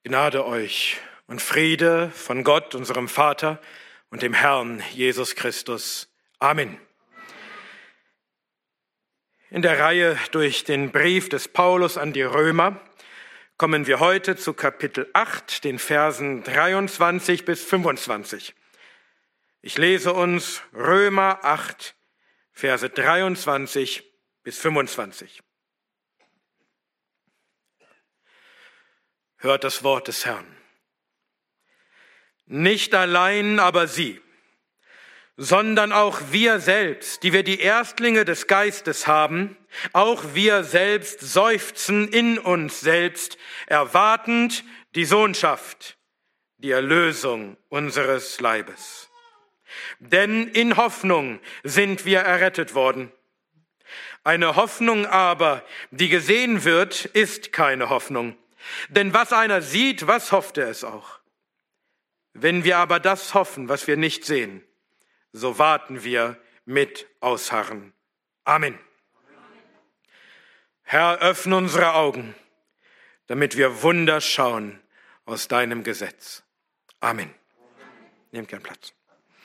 Gnade euch und Friede von Gott, unserem Vater und dem Herrn Jesus Christus. Amen. In der Reihe durch den Brief des Paulus an die Römer kommen wir heute zu Kapitel 8, den Versen 23 bis 25. Ich lese uns Römer 8, Verse 23 bis 25. Hört das Wort des Herrn. Nicht allein aber sie, sondern auch wir selbst, die wir die Erstlinge des Geistes haben, auch wir selbst seufzen in uns selbst, erwartend die Sohnschaft, die Erlösung unseres Leibes. Denn in Hoffnung sind wir errettet worden. Eine Hoffnung aber, die gesehen wird, ist keine Hoffnung. Denn was einer sieht, was hofft er es auch? Wenn wir aber das hoffen, was wir nicht sehen, so warten wir mit Ausharren. Amen. Herr, öffne unsere Augen, damit wir Wunder schauen aus deinem Gesetz. Amen. Nehmt gern Platz.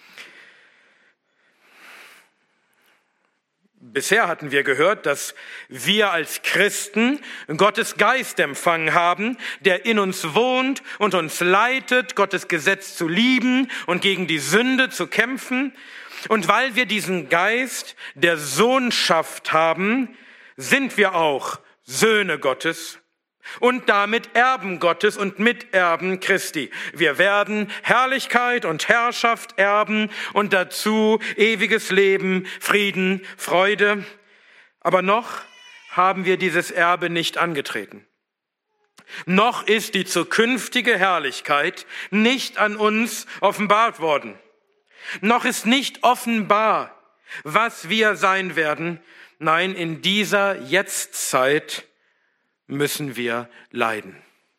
Bisher hatten wir gehört, dass wir als Christen Gottes Geist empfangen haben, der in uns wohnt und uns leitet, Gottes Gesetz zu lieben und gegen die Sünde zu kämpfen. Und weil wir diesen Geist der Sohnschaft haben, sind wir auch Söhne Gottes und damit Erben Gottes und Miterben Christi. Wir werden Herrlichkeit und Herrschaft erben und dazu ewiges Leben, Frieden, Freude. Aber noch haben wir dieses Erbe nicht angetreten. Noch ist die zukünftige Herrlichkeit nicht an uns offenbart worden. Noch ist nicht offenbar, was wir sein werden. Nein, in dieser Jetztzeit müssen wir leiden.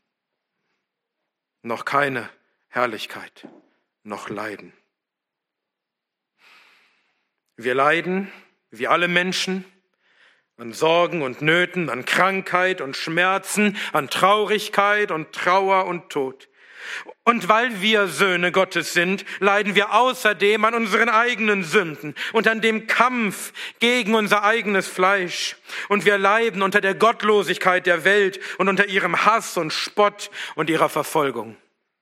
Noch keine Herrlichkeit, noch Leiden. Wir leiden, wie alle Menschen, an Sorgen und Nöten, an Krankheit und Schmerzen, an Traurigkeit und Trauer und Tod. Und weil wir Söhne Gottes sind, leiden wir außerdem an unseren eigenen Sünden und an dem Kampf gegen unser eigenes Fleisch. Und wir leiden unter der Gottlosigkeit der Welt und unter ihrem Hass und Spott und ihrer Verfolgung.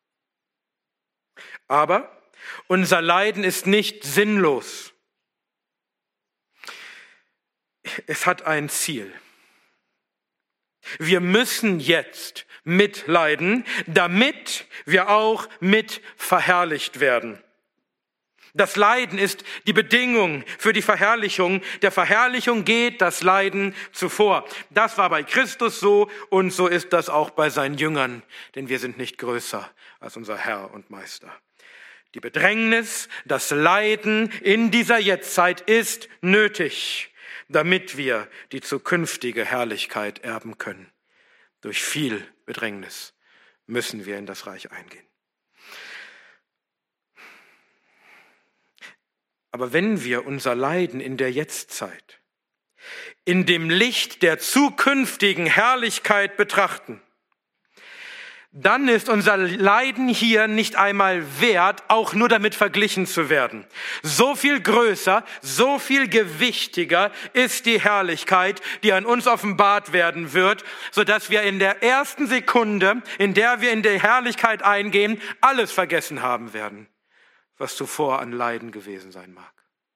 Aber unser Leiden ist nicht sinnlos. Es hat ein Ziel. Wir müssen jetzt mitleiden, damit wir auch mit verherrlicht werden. Das Leiden ist die Bedingung für die Verherrlichung. Der Verherrlichung geht das Leiden zuvor. Das war bei Christus so und so ist das auch bei seinen Jüngern, denn wir sind nicht größer als unser Herr und Meister. Die Bedrängnis, das Leiden in dieser Jetztzeit ist nötig, damit wir die zukünftige Herrlichkeit erben können. Durch viel Bedrängnis müssen wir in das Reich eingehen. Aber wenn wir unser Leiden in der Jetztzeit in dem Licht der zukünftigen Herrlichkeit betrachten, dann ist unser Leiden hier nicht einmal wert, auch nur damit verglichen zu werden. So viel größer, so viel gewichtiger ist die Herrlichkeit, die an uns offenbart werden wird, sodass wir in der ersten Sekunde, in der wir in die Herrlichkeit eingehen, alles vergessen haben werden, was zuvor an Leiden gewesen sein mag.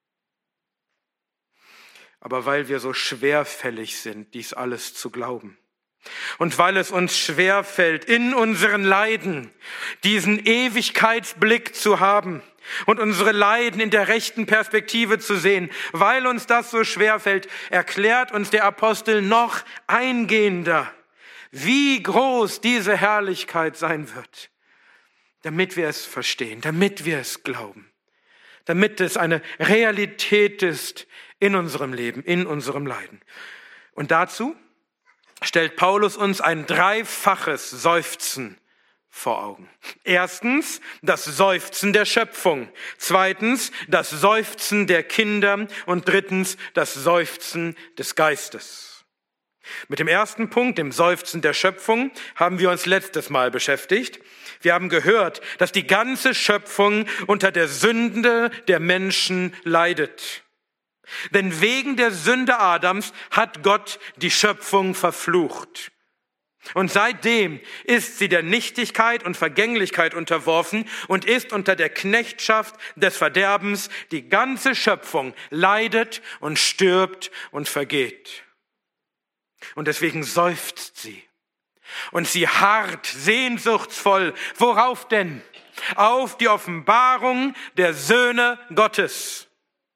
Aber weil wir so schwerfällig sind, dies alles zu glauben, und weil es uns schwerfällt, in unseren Leiden diesen Ewigkeitsblick zu haben und unsere Leiden in der rechten Perspektive zu sehen, weil uns das so schwerfällt, erklärt uns der Apostel noch eingehender, wie groß diese Herrlichkeit sein wird, damit wir es verstehen, damit wir es glauben, damit es eine Realität ist in unserem Leben, in unserem Leiden. Und dazu stellt Paulus uns ein dreifaches Seufzen vor Augen. Erstens das Seufzen der Schöpfung, zweitens das Seufzen der Kinder und drittens das Seufzen des Geistes. Mit dem ersten Punkt, dem Seufzen der Schöpfung, haben wir uns letztes Mal beschäftigt. Wir haben gehört, dass die ganze Schöpfung unter der Sünde der Menschen leidet. Denn wegen der Sünde Adams hat Gott die Schöpfung verflucht. Und seitdem ist sie der Nichtigkeit und Vergänglichkeit unterworfen und ist unter der Knechtschaft des Verderbens. Die ganze Schöpfung leidet und stirbt und vergeht. Und deswegen seufzt sie. Und sie harrt sehnsuchtsvoll. Worauf denn? Auf die Offenbarung der Söhne Gottes.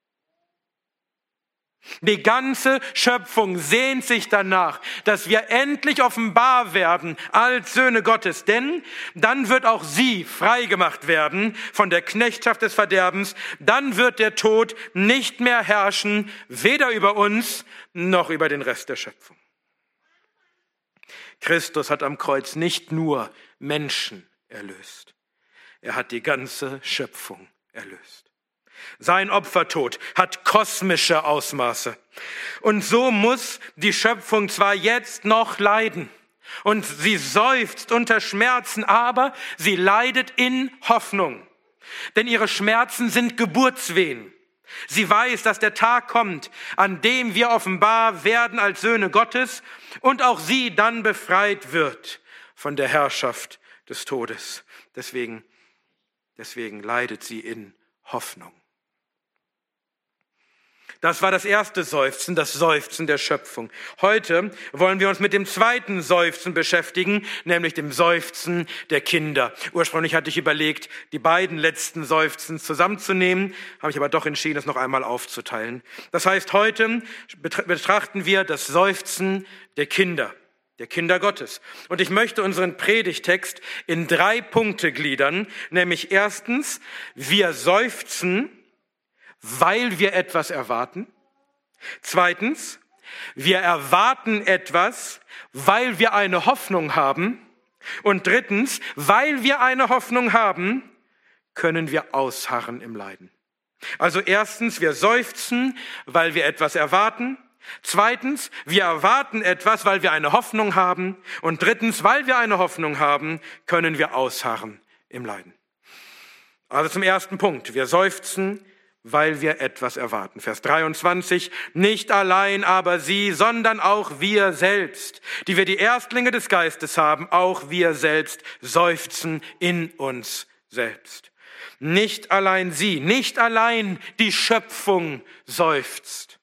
Die ganze Schöpfung sehnt sich danach, dass wir endlich offenbar werden als Söhne Gottes. Denn dann wird auch sie freigemacht werden von der Knechtschaft des Verderbens. Dann wird der Tod nicht mehr herrschen, weder über uns noch über den Rest der Schöpfung. Christus hat am Kreuz nicht nur Menschen erlöst. Er hat die ganze Schöpfung erlöst. Sein Opfertod hat kosmische Ausmaße. Und so muss die Schöpfung zwar jetzt noch leiden und sie seufzt unter Schmerzen, aber sie leidet in Hoffnung. Denn ihre Schmerzen sind Geburtswehen. Sie weiß, dass der Tag kommt, an dem wir offenbar werden als Söhne Gottes und auch sie dann befreit wird von der Herrschaft des Todes. Deswegen leidet sie in Hoffnung. Das war das erste Seufzen, das Seufzen der Schöpfung. Heute wollen wir uns mit dem zweiten Seufzen beschäftigen, nämlich dem Seufzen der Kinder. Ursprünglich hatte ich überlegt, die beiden letzten Seufzen zusammenzunehmen, habe ich aber doch entschieden, es noch einmal aufzuteilen. Das heißt, heute betrachten wir das Seufzen der Kinder Gottes. Und ich möchte unseren Predigtext in 3 Punkte gliedern, nämlich erstens, wir seufzen, weil wir etwas erwarten. Zweitens, wir erwarten etwas, weil wir eine Hoffnung haben. Und drittens, weil wir eine Hoffnung haben, können wir ausharren im Leiden. Also erstens, wir seufzen, weil wir etwas erwarten. Zweitens, wir erwarten etwas, weil wir eine Hoffnung haben. Und drittens, weil wir eine Hoffnung haben, können wir ausharren im Leiden. Also zum ersten Punkt, wir seufzen, weil wir etwas erwarten. Vers 23, nicht allein aber sie, sondern auch wir selbst, die wir die Erstlinge des Geistes haben, auch wir selbst seufzen in uns selbst. Nicht allein sie, nicht allein die Schöpfung seufzt,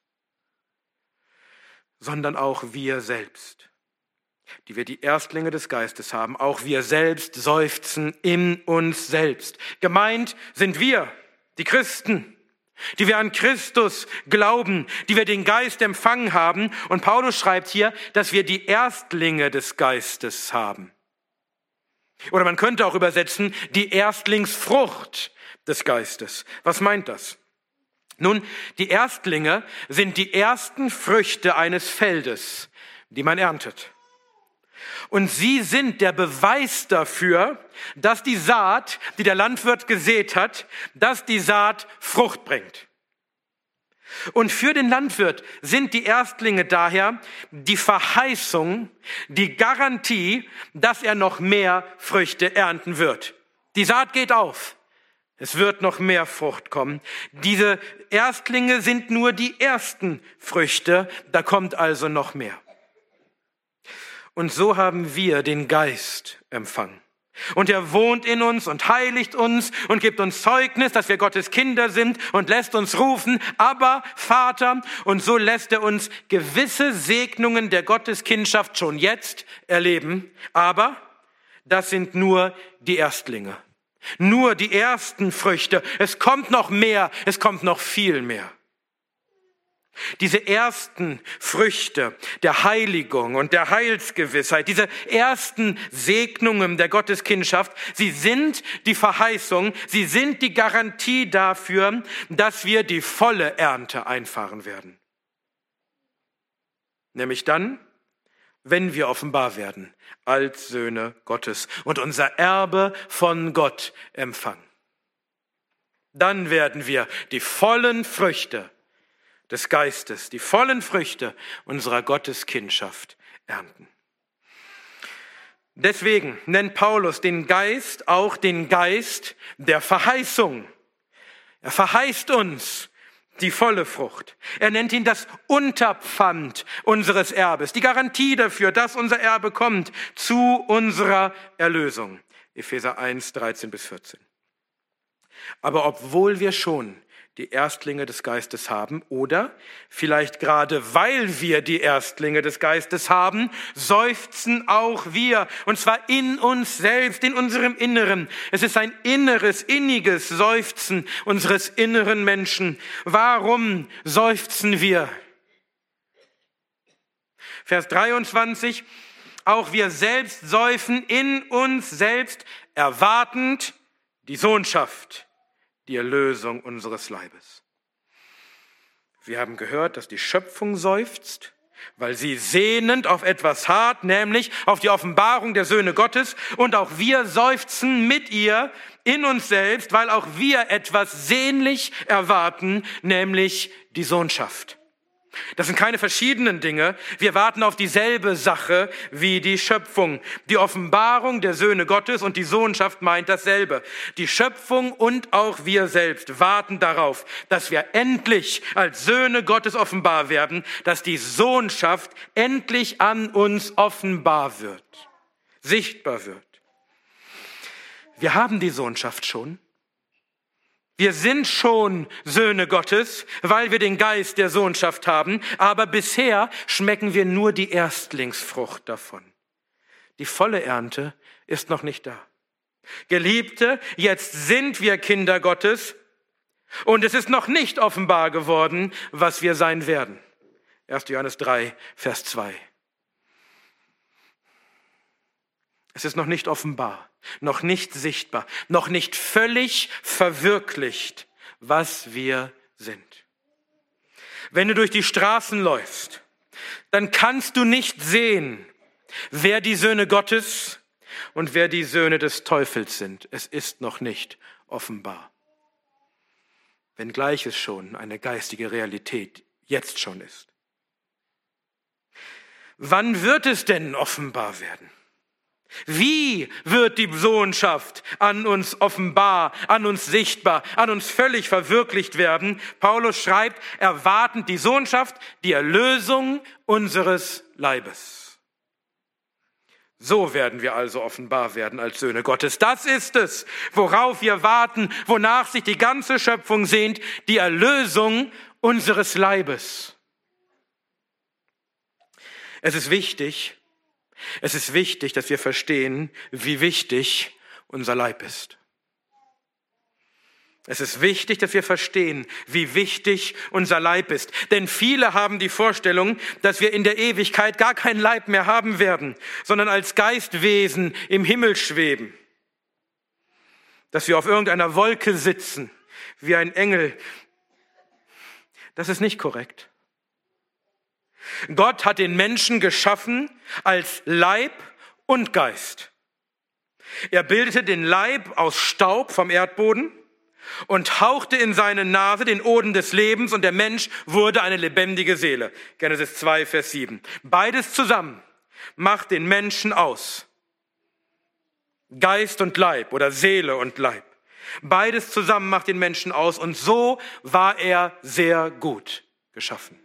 sondern auch wir selbst, die wir die Erstlinge des Geistes haben, auch wir selbst seufzen in uns selbst. Gemeint sind wir, die Christen, die wir an Christus glauben, die wir den Geist empfangen haben. Und Paulus schreibt hier, dass wir die Erstlinge des Geistes haben. Oder man könnte auch übersetzen, die Erstlingsfrucht des Geistes. Was meint das? Nun, die Erstlinge sind die ersten Früchte eines Feldes, die man erntet. Und sie sind der Beweis dafür, dass die Saat, die der Landwirt gesät hat, dass die Saat Frucht bringt. Und für den Landwirt sind die Erstlinge daher die Verheißung, die Garantie, dass er noch mehr Früchte ernten wird. Die Saat geht auf. Es wird noch mehr Frucht kommen. Diese Erstlinge sind nur die ersten Früchte, da kommt also noch mehr. Und so haben wir den Geist empfangen. Und er wohnt in uns und heiligt uns und gibt uns Zeugnis, dass wir Gottes Kinder sind und lässt uns rufen, Abba, Vater. Und so lässt er uns gewisse Segnungen der Gotteskindschaft schon jetzt erleben. Aber das sind nur die Erstlinge, nur die ersten Früchte. Es kommt noch mehr, es kommt noch viel mehr. Diese ersten Früchte der Heiligung und der Heilsgewissheit, diese ersten Segnungen der Gotteskindschaft, sie sind die Verheißung, sie sind die Garantie dafür, dass wir die volle Ernte einfahren werden. Nämlich dann, wenn wir offenbar werden als Söhne Gottes und unser Erbe von Gott empfangen. Dann werden wir die vollen Früchte des Geistes, die vollen Früchte unserer Gotteskindschaft ernten. Deswegen nennt Paulus den Geist auch den Geist der Verheißung. Er verheißt uns die volle Frucht. Er nennt ihn das Unterpfand unseres Erbes, die Garantie dafür, dass unser Erbe kommt zu unserer Erlösung. Epheser 1, 13 bis 14. Aber obwohl wir schon die Erstlinge des Geistes haben oder vielleicht gerade weil wir die Erstlinge des Geistes haben, seufzen auch wir, und zwar in uns selbst, in unserem Inneren. Es ist ein inneres, inniges Seufzen unseres inneren Menschen. Warum seufzen wir? Vers 23, auch wir selbst seufzen in uns selbst, erwartend die Sohnschaft, die Erlösung unseres Leibes. Wir haben gehört, dass die Schöpfung seufzt, weil sie sehnend auf etwas harrt, nämlich auf die Offenbarung der Söhne Gottes. Und auch wir seufzen mit ihr in uns selbst, weil auch wir etwas sehnlich erwarten, nämlich die Sohnschaft. Das sind keine verschiedenen Dinge. Wir warten auf dieselbe Sache wie die Schöpfung. Die Offenbarung der Söhne Gottes und die Sohnschaft meint dasselbe. Die Schöpfung und auch wir selbst warten darauf, dass wir endlich als Söhne Gottes offenbar werden, dass die Sohnschaft endlich an uns offenbar wird, sichtbar wird. Wir haben die Sohnschaft schon. Wir sind schon Söhne Gottes, weil wir den Geist der Sohnschaft haben, aber bisher schmecken wir nur die Erstlingsfrucht davon. Die volle Ernte ist noch nicht da. Geliebte, jetzt sind wir Kinder Gottes und es ist noch nicht offenbar geworden, was wir sein werden. 1. Johannes 3, Vers 2. Es ist noch nicht offenbar, noch nicht sichtbar, noch nicht völlig verwirklicht, was wir sind. Wenn du durch die Straßen läufst, dann kannst du nicht sehen, wer die Söhne Gottes und wer die Söhne des Teufels sind. Es ist noch nicht offenbar. Wenngleich es schon eine geistige Realität jetzt schon ist. Wann wird es denn offenbar werden? Wie wird die Sohnschaft an uns offenbar, an uns sichtbar, an uns völlig verwirklicht werden? Paulus schreibt, erwartend die Sohnschaft, die Erlösung unseres Leibes. So werden wir also offenbar werden als Söhne Gottes. Das ist es, worauf wir warten, wonach sich die ganze Schöpfung sehnt, die Erlösung unseres Leibes. Es ist wichtig, dass wir verstehen, wie wichtig unser Leib ist. Es ist wichtig, dass wir verstehen, wie wichtig unser Leib ist. Denn viele haben die Vorstellung, dass wir in der Ewigkeit gar keinen Leib mehr haben werden, sondern als Geistwesen im Himmel schweben. Dass wir auf irgendeiner Wolke sitzen, wie ein Engel. Das ist nicht korrekt. Gott hat den Menschen geschaffen als Leib und Geist. Er bildete den Leib aus Staub vom Erdboden und hauchte in seine Nase den Odem des Lebens und der Mensch wurde eine lebendige Seele. Genesis 2, Vers 7. Beides zusammen macht den Menschen aus. Geist und Leib oder Seele und Leib. Beides zusammen macht den Menschen aus und so war er sehr gut geschaffen.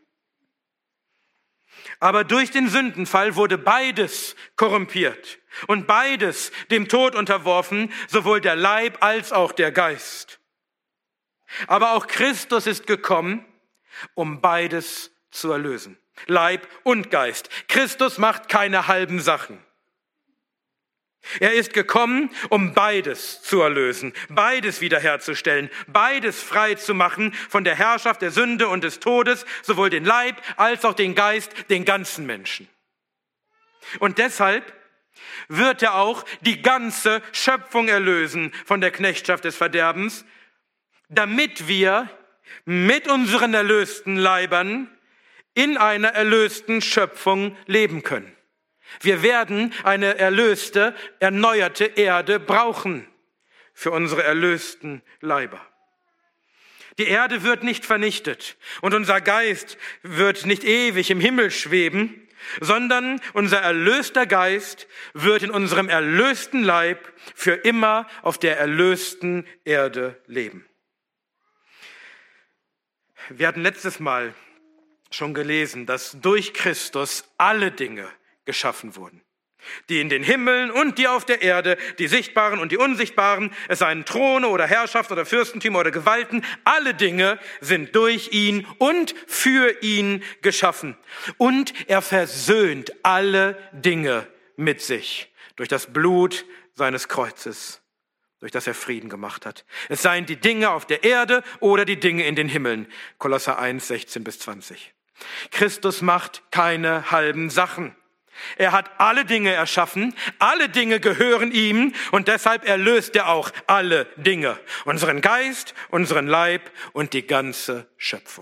Aber durch den Sündenfall wurde beides korrumpiert und beides dem Tod unterworfen, sowohl der Leib als auch der Geist. Aber auch Christus ist gekommen, um beides zu erlösen. Leib und Geist. Christus macht keine halben Sachen. Er ist gekommen, um beides zu erlösen, beides wiederherzustellen, beides frei zu machen von der Herrschaft der Sünde und des Todes, sowohl den Leib als auch den Geist, den ganzen Menschen. Und deshalb wird er auch die ganze Schöpfung erlösen von der Knechtschaft des Verderbens, damit wir mit unseren erlösten Leibern in einer erlösten Schöpfung leben können. Wir werden eine erlöste, erneuerte Erde brauchen für unsere erlösten Leiber. Die Erde wird nicht vernichtet und unser Geist wird nicht ewig im Himmel schweben, sondern unser erlöster Geist wird in unserem erlösten Leib für immer auf der erlösten Erde leben. Wir hatten letztes Mal schon gelesen, dass durch Christus alle Dinge geschaffen wurden. Die in den Himmeln und die auf der Erde, die Sichtbaren und die Unsichtbaren, es seien Throne oder Herrschaft oder Fürstentümer oder Gewalten, alle Dinge sind durch ihn und für ihn geschaffen. Und er versöhnt alle Dinge mit sich durch das Blut seines Kreuzes, durch das er Frieden gemacht hat. Es seien die Dinge auf der Erde oder die Dinge in den Himmeln. Kolosser 1, 16-20. Christus macht keine halben Sachen. Er hat alle Dinge erschaffen, alle Dinge gehören ihm und deshalb erlöst er auch alle Dinge, unseren Geist, unseren Leib und die ganze Schöpfung.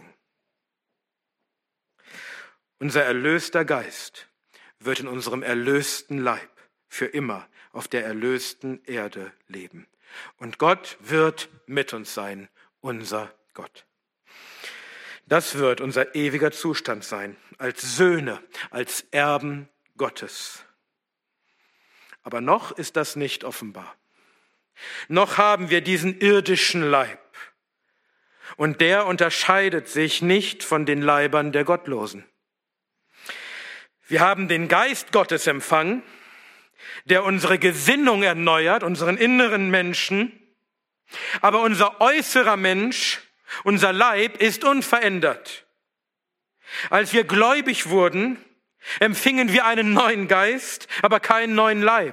Unser erlöster Geist wird in unserem erlösten Leib für immer auf der erlösten Erde leben. Und Gott wird mit uns sein, unser Gott. Das wird unser ewiger Zustand sein, als Söhne, als Erben Gottes. Aber noch ist das nicht offenbar. Noch haben wir diesen irdischen Leib. Und der unterscheidet sich nicht von den Leibern der Gottlosen. Wir haben den Geist Gottes empfangen, der unsere Gesinnung erneuert, unseren inneren Menschen. Aber unser äußerer Mensch, unser Leib ist unverändert. Als wir gläubig wurden, empfingen wir einen neuen Geist, aber keinen neuen Leib.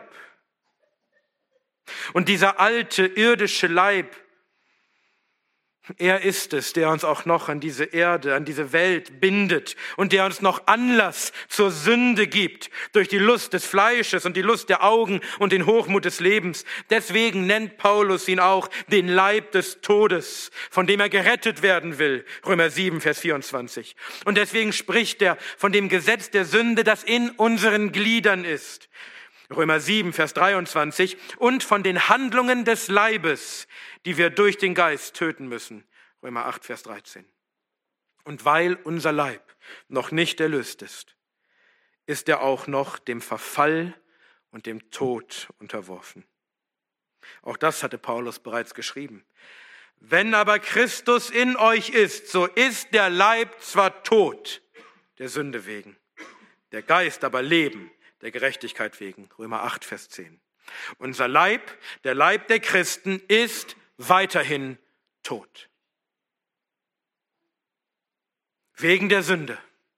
Und dieser alte irdische Leib, er ist es, der uns auch noch an diese Erde, an diese Welt bindet und der uns noch Anlass zur Sünde gibt durch die Lust des Fleisches und die Lust der Augen und den Hochmut des Lebens. Deswegen nennt Paulus ihn auch den Leib des Todes, von dem er gerettet werden will. Römer 7, Vers 24. Und deswegen spricht er von dem Gesetz der Sünde, das in unseren Gliedern ist. Römer 7, Vers 23. Und von den Handlungen des Leibes, die wir durch den Geist töten müssen. Römer 8, Vers 13. Und weil unser Leib noch nicht erlöst ist, ist er auch noch dem Verfall und dem Tod unterworfen. Auch das hatte Paulus bereits geschrieben. Wenn aber Christus in euch ist, so ist der Leib zwar tot, der Sünde wegen, der Geist aber Leben, der Gerechtigkeit wegen. Römer 8, Vers 10. Unser Leib, der Leib der Christen, ist weiterhin tot. Wegen der Sünde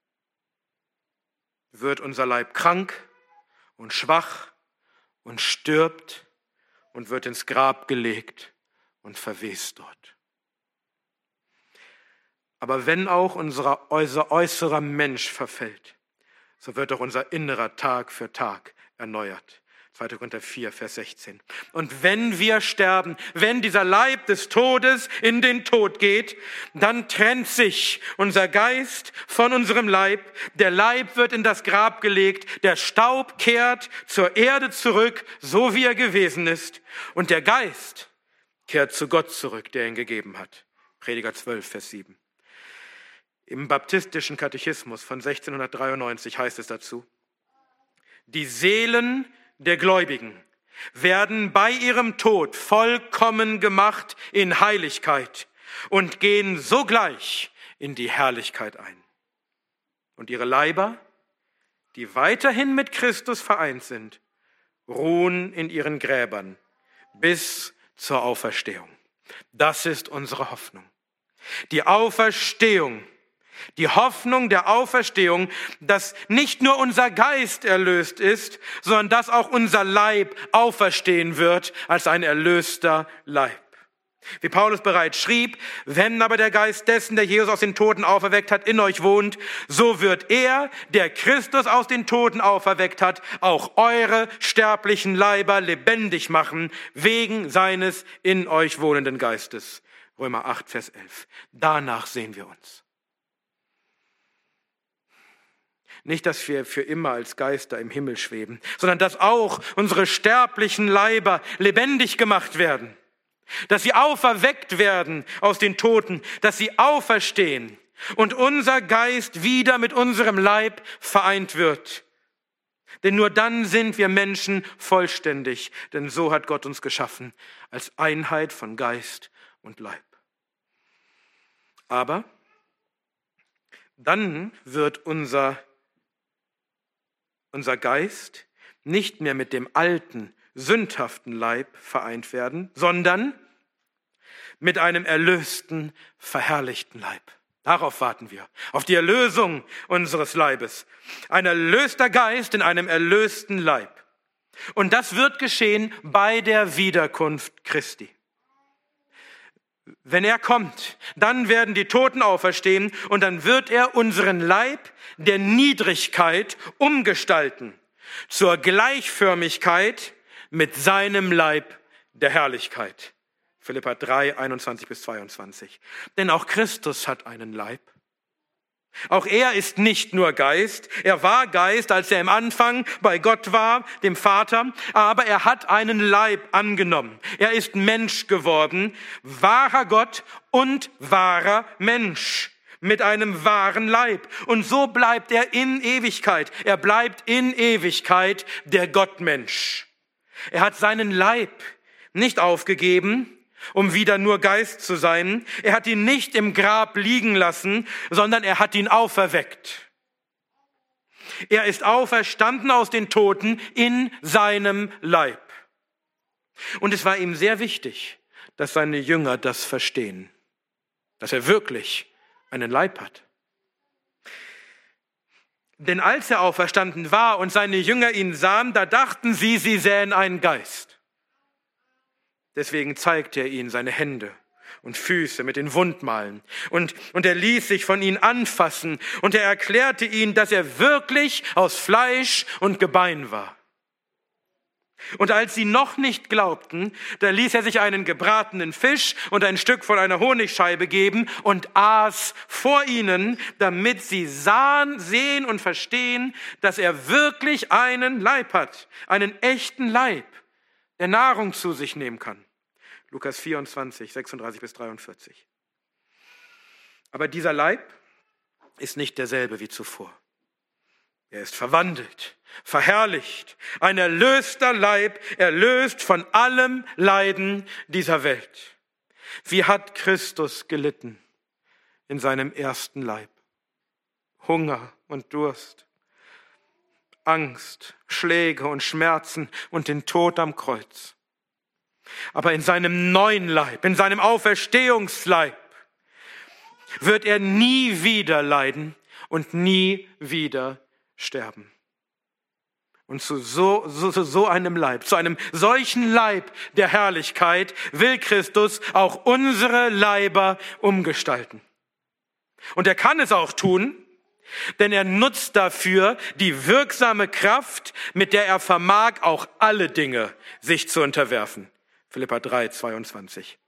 wird unser Leib krank und schwach und stirbt und wird ins Grab gelegt und verwest dort. Aber wenn auch unser äußerer Mensch verfällt, so wird auch unser innerer Tag für Tag erneuert. 2. Korinther 4, Vers 16. Und wenn wir sterben, wenn dieser Leib des Todes in den Tod geht, dann trennt sich unser Geist von unserem Leib. Der Leib wird in das Grab gelegt, der Staub kehrt zur Erde zurück, so wie er gewesen ist. Und der Geist kehrt zu Gott zurück, der ihn gegeben hat. Prediger 12, Vers 7. Im baptistischen Katechismus von 1693 heißt es dazu: Die Seelen der Gläubigen werden bei ihrem Tod vollkommen gemacht in Heiligkeit und gehen sogleich in die Herrlichkeit ein. Und ihre Leiber, die weiterhin mit Christus vereint sind, ruhen in ihren Gräbern bis zur Auferstehung. Das ist unsere Hoffnung. Die Auferstehung. Die Hoffnung der Auferstehung, dass nicht nur unser Geist erlöst ist, sondern dass auch unser Leib auferstehen wird als ein erlöster Leib. Wie Paulus bereits schrieb: Wenn aber der Geist dessen, der Jesus aus den Toten auferweckt hat, in euch wohnt, so wird er, der Christus aus den Toten auferweckt hat, auch eure sterblichen Leiber lebendig machen, wegen seines in euch wohnenden Geistes. Römer 8, Vers 11. Danach sehen wir uns. Nicht, dass wir für immer als Geister im Himmel schweben, sondern dass auch unsere sterblichen Leiber lebendig gemacht werden. dass sie auferweckt werden aus den Toten, dass sie auferstehen und unser Geist wieder mit unserem Leib vereint wird. Denn nur dann sind wir Menschen vollständig, denn so hat Gott uns geschaffen, als Einheit von Geist und Leib. Aber dann wird unser Geist nicht mehr mit dem alten, sündhaften Leib vereint werden, sondern mit einem erlösten, verherrlichten Leib. Darauf warten wir, auf die Erlösung unseres Leibes. Ein erlöster Geist in einem erlösten Leib. Und das wird geschehen bei der Wiederkunft Christi. Wenn er kommt, dann werden die Toten auferstehen und dann wird er unseren Leib der Niedrigkeit umgestalten zur Gleichförmigkeit mit seinem Leib der Herrlichkeit. Philipper 3, 21-22. Denn auch Christus hat einen Leib. Auch er ist nicht nur Geist. Er war Geist, als er im Anfang bei Gott war, dem Vater. Aber er hat einen Leib angenommen. Er ist Mensch geworden, wahrer Gott und wahrer Mensch. Mit einem wahren Leib. Und so bleibt er in Ewigkeit. Er bleibt in Ewigkeit der Gottmensch. Er hat seinen Leib nicht aufgegeben, um wieder nur Geist zu sein. Er hat ihn nicht im Grab liegen lassen, sondern er hat ihn auferweckt. Er ist auferstanden aus den Toten in seinem Leib. Und es war ihm sehr wichtig, dass seine Jünger das verstehen, dass er wirklich einen Leib hat. Denn als er auferstanden war und seine Jünger ihn sahen, da dachten sie sähen einen Geist. Deswegen zeigte er ihnen seine Hände und Füße mit den Wundmalen. Und er ließ sich von ihnen anfassen und er erklärte ihnen, dass er wirklich aus Fleisch und Gebein war. Und als sie noch nicht glaubten, da ließ er sich einen gebratenen Fisch und ein Stück von einer Honigscheibe geben und aß vor ihnen, damit sie sehen und verstehen, dass er wirklich einen Leib hat, einen echten Leib, der Nahrung zu sich nehmen kann. Lukas 24, 36-43. Aber dieser Leib ist nicht derselbe wie zuvor. Er ist verwandelt, verherrlicht, ein erlöster Leib, erlöst von allem Leiden dieser Welt. Wie hat Christus gelitten in seinem ersten Leib? Hunger und Durst, Angst, Schläge und Schmerzen und den Tod am Kreuz. Aber in seinem neuen Leib, in seinem Auferstehungsleib wird er nie wieder leiden und nie wieder sterben. Und zu so einem Leib, zu einem solchen Leib der Herrlichkeit will Christus auch unsere Leiber umgestalten. Und er kann es auch tun, denn er nutzt dafür die wirksame Kraft, mit der er vermag, auch alle Dinge sich zu unterwerfen. Philipper 3, 22.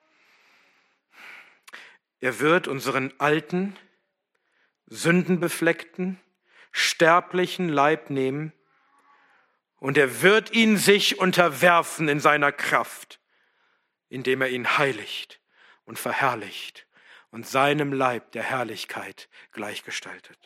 Er wird unseren alten, sündenbefleckten, sterblichen Leib nehmen und er wird ihn sich unterwerfen in seiner Kraft, indem er ihn heiligt und verherrlicht und seinem Leib der Herrlichkeit gleichgestaltet.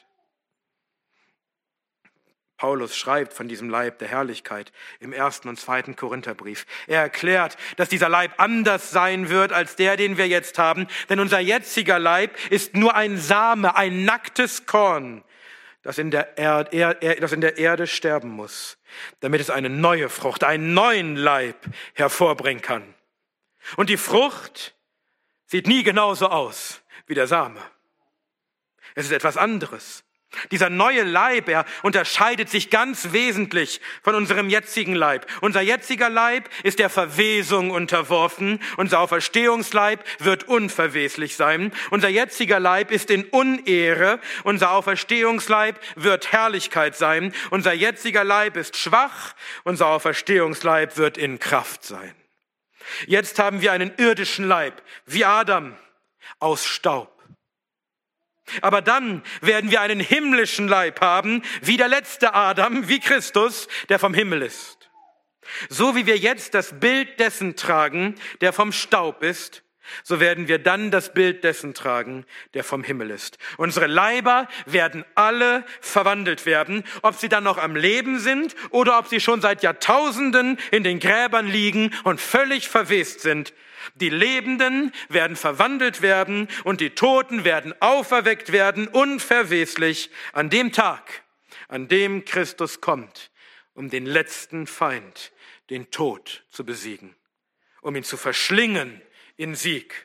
Paulus schreibt von diesem Leib der Herrlichkeit im 1. und 2. Korintherbrief. Er erklärt, dass dieser Leib anders sein wird als der, den wir jetzt haben, denn unser jetziger Leib ist nur ein Same, ein nacktes Korn, das in der Erde sterben muss, damit es eine neue Frucht, einen neuen Leib hervorbringen kann. Und die Frucht sieht nie genauso aus wie der Same. Es ist etwas anderes. Dieser neue Leib, er unterscheidet sich ganz wesentlich von unserem jetzigen Leib. Unser jetziger Leib ist der Verwesung unterworfen. Unser Auferstehungsleib wird unverweslich sein. Unser jetziger Leib ist in Unehre. Unser Auferstehungsleib wird Herrlichkeit sein. Unser jetziger Leib ist schwach. Unser Auferstehungsleib wird in Kraft sein. Jetzt haben wir einen irdischen Leib, wie Adam, aus Staub. Aber dann werden wir einen himmlischen Leib haben, wie der letzte Adam, wie Christus, der vom Himmel ist. So wie wir jetzt das Bild dessen tragen, der vom Staub ist, so werden wir dann das Bild dessen tragen, der vom Himmel ist. Unsere Leiber werden alle verwandelt werden, ob sie dann noch am Leben sind oder ob sie schon seit Jahrtausenden in den Gräbern liegen und völlig verwest sind. Die Lebenden werden verwandelt werden und die Toten werden auferweckt werden, unverweslich, an dem Tag, an dem Christus kommt, um den letzten Feind, den Tod, zu besiegen, um ihn zu verschlingen in Sieg.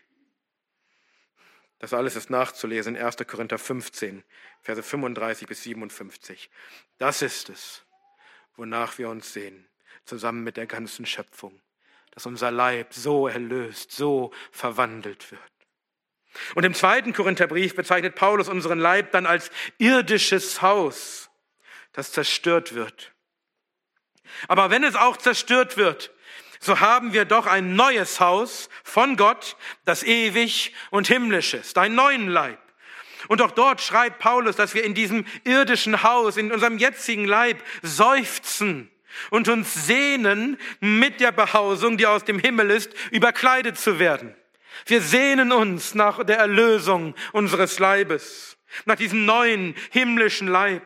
Das alles ist nachzulesen in 1. Korinther 15, Verse 35 bis 57. Das ist es, wonach wir uns sehen, zusammen mit der ganzen Schöpfung, dass unser Leib so erlöst, so verwandelt wird. Und im 2. Korintherbrief bezeichnet Paulus unseren Leib dann als irdisches Haus, das zerstört wird. Aber wenn es auch zerstört wird, so haben wir doch ein neues Haus von Gott, das ewig und himmlisch ist, einen neuen Leib. Und auch dort schreibt Paulus, dass wir in diesem irdischen Haus, in unserem jetzigen Leib seufzen und uns sehnen, mit der Behausung, die aus dem Himmel ist, überkleidet zu werden. Wir sehnen uns nach der Erlösung unseres Leibes, nach diesem neuen himmlischen Leib.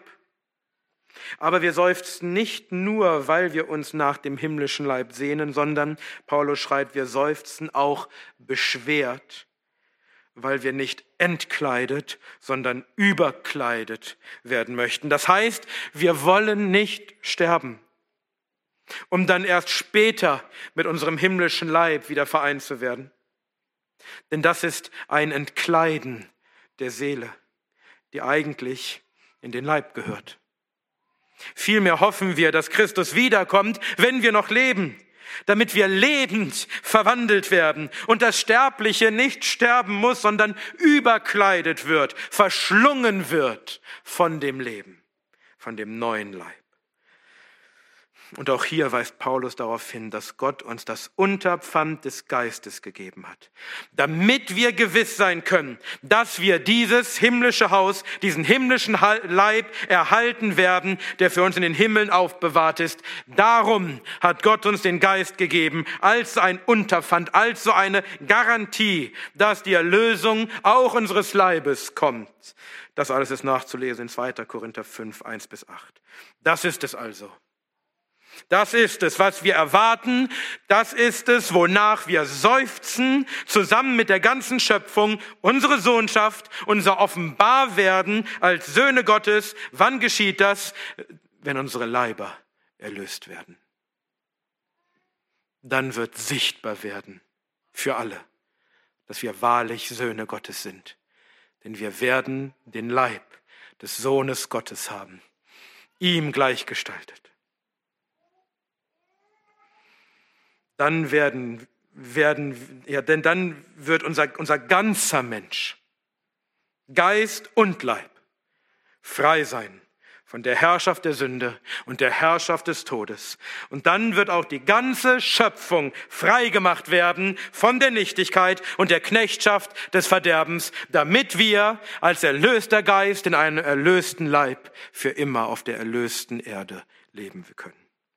Aber wir seufzen nicht nur, weil wir uns nach dem himmlischen Leib sehnen, sondern, Paulus schreibt, wir seufzen auch beschwert, weil wir nicht entkleidet, sondern überkleidet werden möchten. Das heißt, wir wollen nicht sterben, um dann erst später mit unserem himmlischen Leib wieder vereint zu werden. Denn das ist ein Entkleiden der Seele, die eigentlich in den Leib gehört. Vielmehr hoffen wir, dass Christus wiederkommt, wenn wir noch leben, damit wir lebend verwandelt werden und das Sterbliche nicht sterben muss, sondern überkleidet wird, verschlungen wird von dem Leben, von dem neuen Leib. Und auch hier weist Paulus darauf hin, dass Gott uns das Unterpfand des Geistes gegeben hat, damit wir gewiss sein können, dass wir dieses himmlische Haus, diesen himmlischen Leib erhalten werden, der für uns in den Himmeln aufbewahrt ist. Darum hat Gott uns den Geist gegeben, als ein Unterpfand, als so eine Garantie, dass die Erlösung auch unseres Leibes kommt. Das alles ist nachzulesen in 2. Korinther 5, 1-8. Das ist es also. Das ist es, was wir erwarten. Das ist es, wonach wir seufzen, zusammen mit der ganzen Schöpfung, unsere Sohnschaft, unser Offenbarwerden als Söhne Gottes. Wann geschieht das? Wenn unsere Leiber erlöst werden. Dann wird sichtbar werden für alle, dass wir wahrlich Söhne Gottes sind. Denn wir werden den Leib des Sohnes Gottes haben, ihm gleichgestaltet. Dann wird unser ganzer Mensch, Geist und Leib, frei sein von der Herrschaft der Sünde und der Herrschaft des Todes. Und dann wird auch die ganze Schöpfung frei gemacht werden von der Nichtigkeit und der Knechtschaft des Verderbens, damit wir als erlöster Geist in einem erlösten Leib für immer auf der erlösten Erde leben können.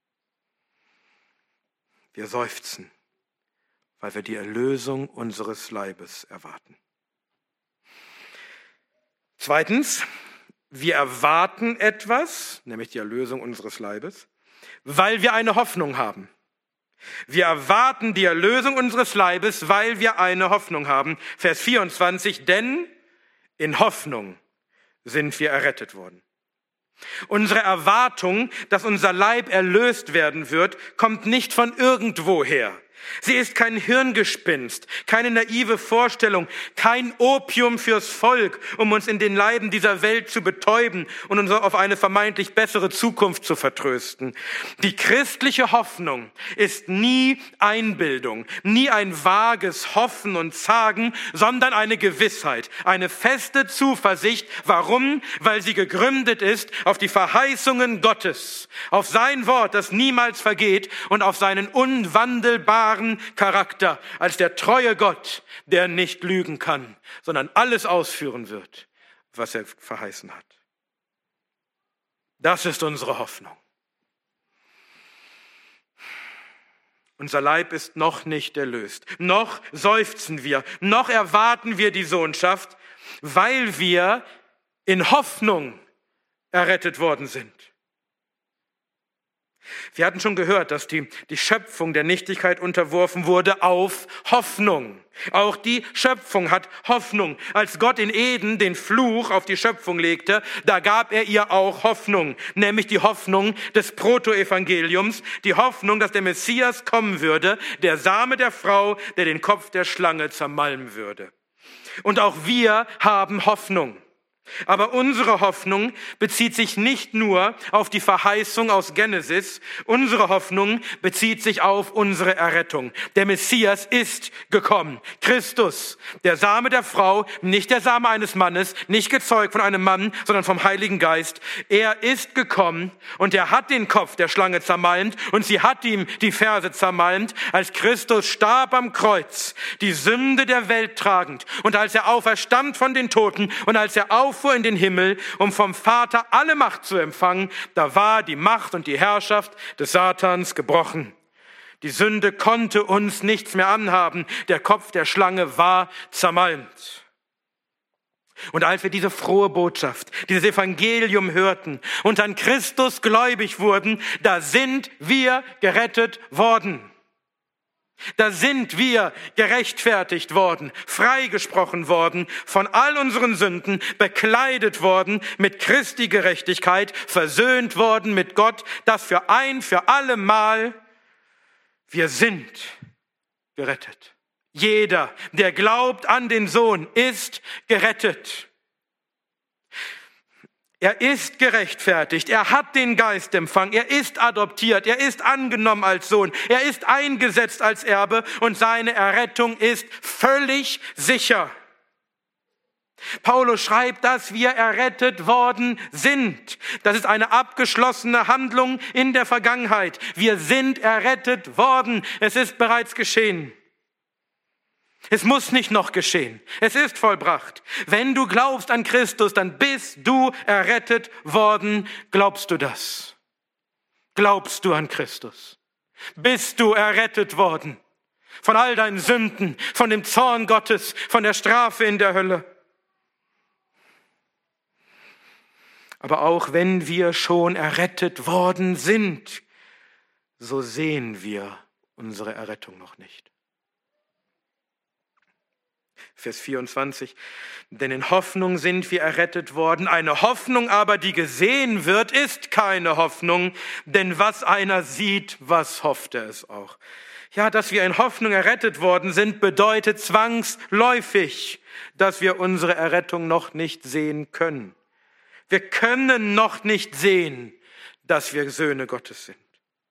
Wir seufzen, weil wir die Erlösung unseres Leibes erwarten. Zweitens, wir erwarten etwas, nämlich die Erlösung unseres Leibes, weil wir eine Hoffnung haben. Wir erwarten die Erlösung unseres Leibes, weil wir eine Hoffnung haben. Vers 24, denn in Hoffnung sind wir errettet worden. Unsere Erwartung, dass unser Leib erlöst werden wird, kommt nicht von irgendwoher. Sie ist kein Hirngespinst, keine naive Vorstellung, kein Opium fürs Volk, um uns in den Leiden dieser Welt zu betäuben und uns auf eine vermeintlich bessere Zukunft zu vertrösten. Die christliche Hoffnung ist nie Einbildung, nie ein vages Hoffen und Zagen, sondern eine Gewissheit, eine feste Zuversicht. Warum? Weil sie gegründet ist auf die Verheißungen Gottes, auf sein Wort, das niemals vergeht, und auf seinen unwandelbaren Charakter als der treue Gott, der nicht lügen kann, sondern alles ausführen wird, was er verheißen hat. Das ist unsere Hoffnung. Unser Leib ist noch nicht erlöst. Noch seufzen wir, noch erwarten wir die Sohnschaft, weil wir in Hoffnung errettet worden sind. Wir hatten schon gehört, dass die Schöpfung der Nichtigkeit unterworfen wurde auf Hoffnung. Auch die Schöpfung hat Hoffnung. Als Gott in Eden den Fluch auf die Schöpfung legte, da gab er ihr auch Hoffnung, nämlich die Hoffnung des Protoevangeliums, die Hoffnung, dass der Messias kommen würde, der Same der Frau, der den Kopf der Schlange zermalmen würde. Und auch wir haben Hoffnung. Aber unsere Hoffnung bezieht sich nicht nur auf die Verheißung aus Genesis, unsere Hoffnung bezieht sich auf unsere Errettung. Der Messias ist gekommen, Christus, der Same der Frau, nicht der Same eines Mannes, nicht gezeugt von einem Mann, sondern vom Heiligen Geist. Er ist gekommen und er hat den Kopf der Schlange zermalmt und sie hat ihm die Ferse zermalmt, als Christus starb am Kreuz, die Sünde der Welt tragend, und als er auferstand von den Toten und als er auffuhr in den Himmel, um vom Vater alle Macht zu empfangen, da war die Macht und die Herrschaft des Satans gebrochen. Die Sünde konnte uns nichts mehr anhaben. Der Kopf der Schlange war zermalmt. Und als wir diese frohe Botschaft, dieses Evangelium hörten und an Christus gläubig wurden, da sind wir gerettet worden. Da sind wir gerechtfertigt worden, freigesprochen worden von all unseren Sünden, bekleidet worden mit Christi Gerechtigkeit, versöhnt worden mit Gott, das für alle Mal, wir sind gerettet. Jeder, der glaubt an den Sohn, ist gerettet. Er ist gerechtfertigt, er hat den Geist empfangen, er ist adoptiert, er ist angenommen als Sohn, er ist eingesetzt als Erbe und seine Errettung ist völlig sicher. Paulus schreibt, dass wir errettet worden sind. Das ist eine abgeschlossene Handlung in der Vergangenheit. Wir sind errettet worden, es ist bereits geschehen. Es muss nicht noch geschehen. Es ist vollbracht. Wenn du glaubst an Christus, dann bist du errettet worden. Glaubst du das? Glaubst du an Christus? Bist du errettet worden? Von all deinen Sünden, von dem Zorn Gottes, von der Strafe in der Hölle. Aber auch wenn wir schon errettet worden sind, so sehen wir unsere Errettung noch nicht. Vers 24, denn in Hoffnung sind wir errettet worden. Eine Hoffnung aber, die gesehen wird, ist keine Hoffnung, denn was einer sieht, was hofft er es auch. Ja, dass wir in Hoffnung errettet worden sind, bedeutet zwangsläufig, dass wir unsere Errettung noch nicht sehen können. Wir können noch nicht sehen, dass wir Söhne Gottes sind.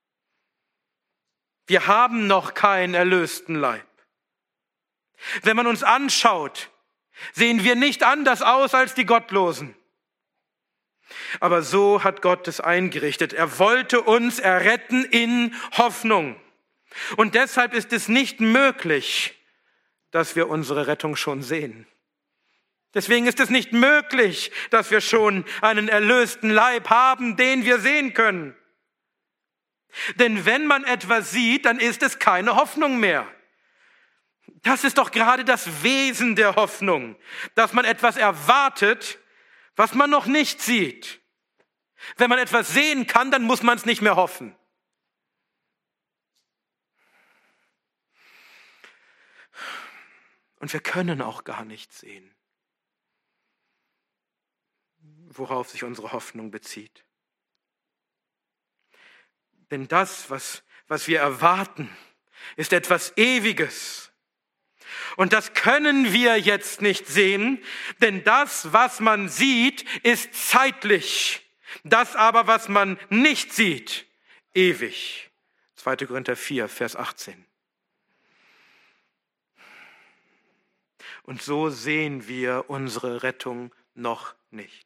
Wir haben noch keinen erlösten Leib. Wenn man uns anschaut, sehen wir nicht anders aus als die Gottlosen. Aber so hat Gott es eingerichtet. Er wollte uns erretten in Hoffnung. Und deshalb ist es nicht möglich, dass wir unsere Rettung schon sehen. Deswegen ist es nicht möglich, dass wir schon einen erlösten Leib haben, den wir sehen können. Denn wenn man etwas sieht, dann ist es keine Hoffnung mehr. Das ist doch gerade das Wesen der Hoffnung, dass man etwas erwartet, was man noch nicht sieht. Wenn man etwas sehen kann, dann muss man es nicht mehr hoffen. Und wir können auch gar nicht sehen, worauf sich unsere Hoffnung bezieht. Denn das, was wir erwarten, ist etwas Ewiges. Und das können wir jetzt nicht sehen, denn das, was man sieht, ist zeitlich. Das aber, was man nicht sieht, ewig. 2. Korinther 4, Vers 18. Und so sehen wir unsere Rettung noch nicht.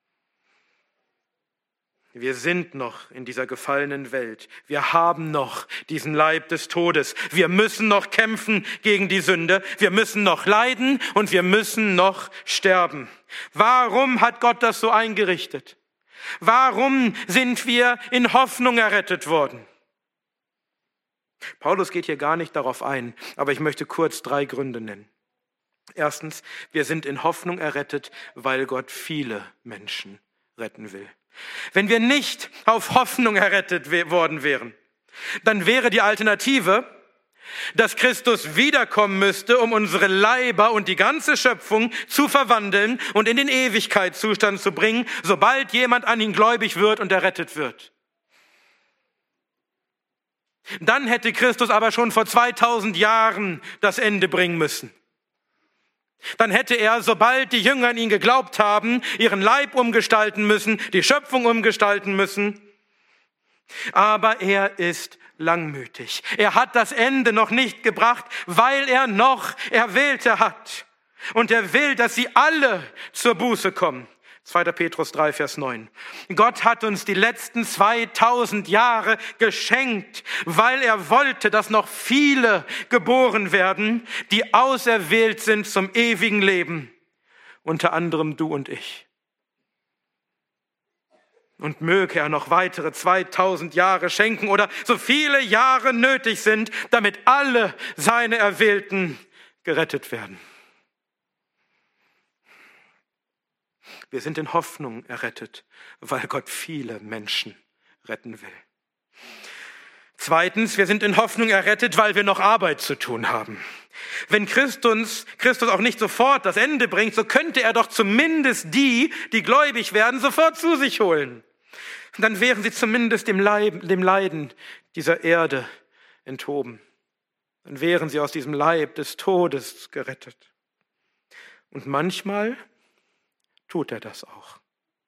Wir sind noch in dieser gefallenen Welt. Wir haben noch diesen Leib des Todes. Wir müssen noch kämpfen gegen die Sünde. Wir müssen noch leiden und wir müssen noch sterben. Warum hat Gott das so eingerichtet? Warum sind wir in Hoffnung errettet worden? Paulus geht hier gar nicht darauf ein, aber ich möchte kurz 3 Gründe nennen. Erstens, wir sind in Hoffnung errettet, weil Gott viele Menschen retten will. Wenn wir nicht auf Hoffnung errettet worden wären, dann wäre die Alternative, dass Christus wiederkommen müsste, um unsere Leiber und die ganze Schöpfung zu verwandeln und in den Ewigkeitszustand zu bringen, sobald jemand an ihn gläubig wird und errettet wird. Dann hätte Christus aber schon vor 2000 Jahren das Ende bringen müssen. Dann hätte er, sobald die Jünger an ihn geglaubt haben, ihren Leib umgestalten müssen, die Schöpfung umgestalten müssen. Aber er ist langmütig. Er hat das Ende noch nicht gebracht, weil er noch Erwählte hat. Und er will, dass sie alle zur Buße kommen. 2. Petrus 3, Vers 9. Gott hat uns die letzten 2000 Jahre geschenkt, weil er wollte, dass noch viele geboren werden, die auserwählt sind zum ewigen Leben. Unter anderem du und ich. Und möge er noch weitere 2000 Jahre schenken oder so viele Jahre nötig sind, damit alle seine Erwählten gerettet werden. Wir sind in Hoffnung errettet, weil Gott viele Menschen retten will. Zweitens, wir sind in Hoffnung errettet, weil wir noch Arbeit zu tun haben. Wenn Christus auch nicht sofort das Ende bringt, so könnte er doch zumindest die gläubig werden, sofort zu sich holen. Und dann wären sie zumindest dem Leiden dieser Erde enthoben. Dann wären sie aus diesem Leib des Todes gerettet. Und manchmal tut er das auch.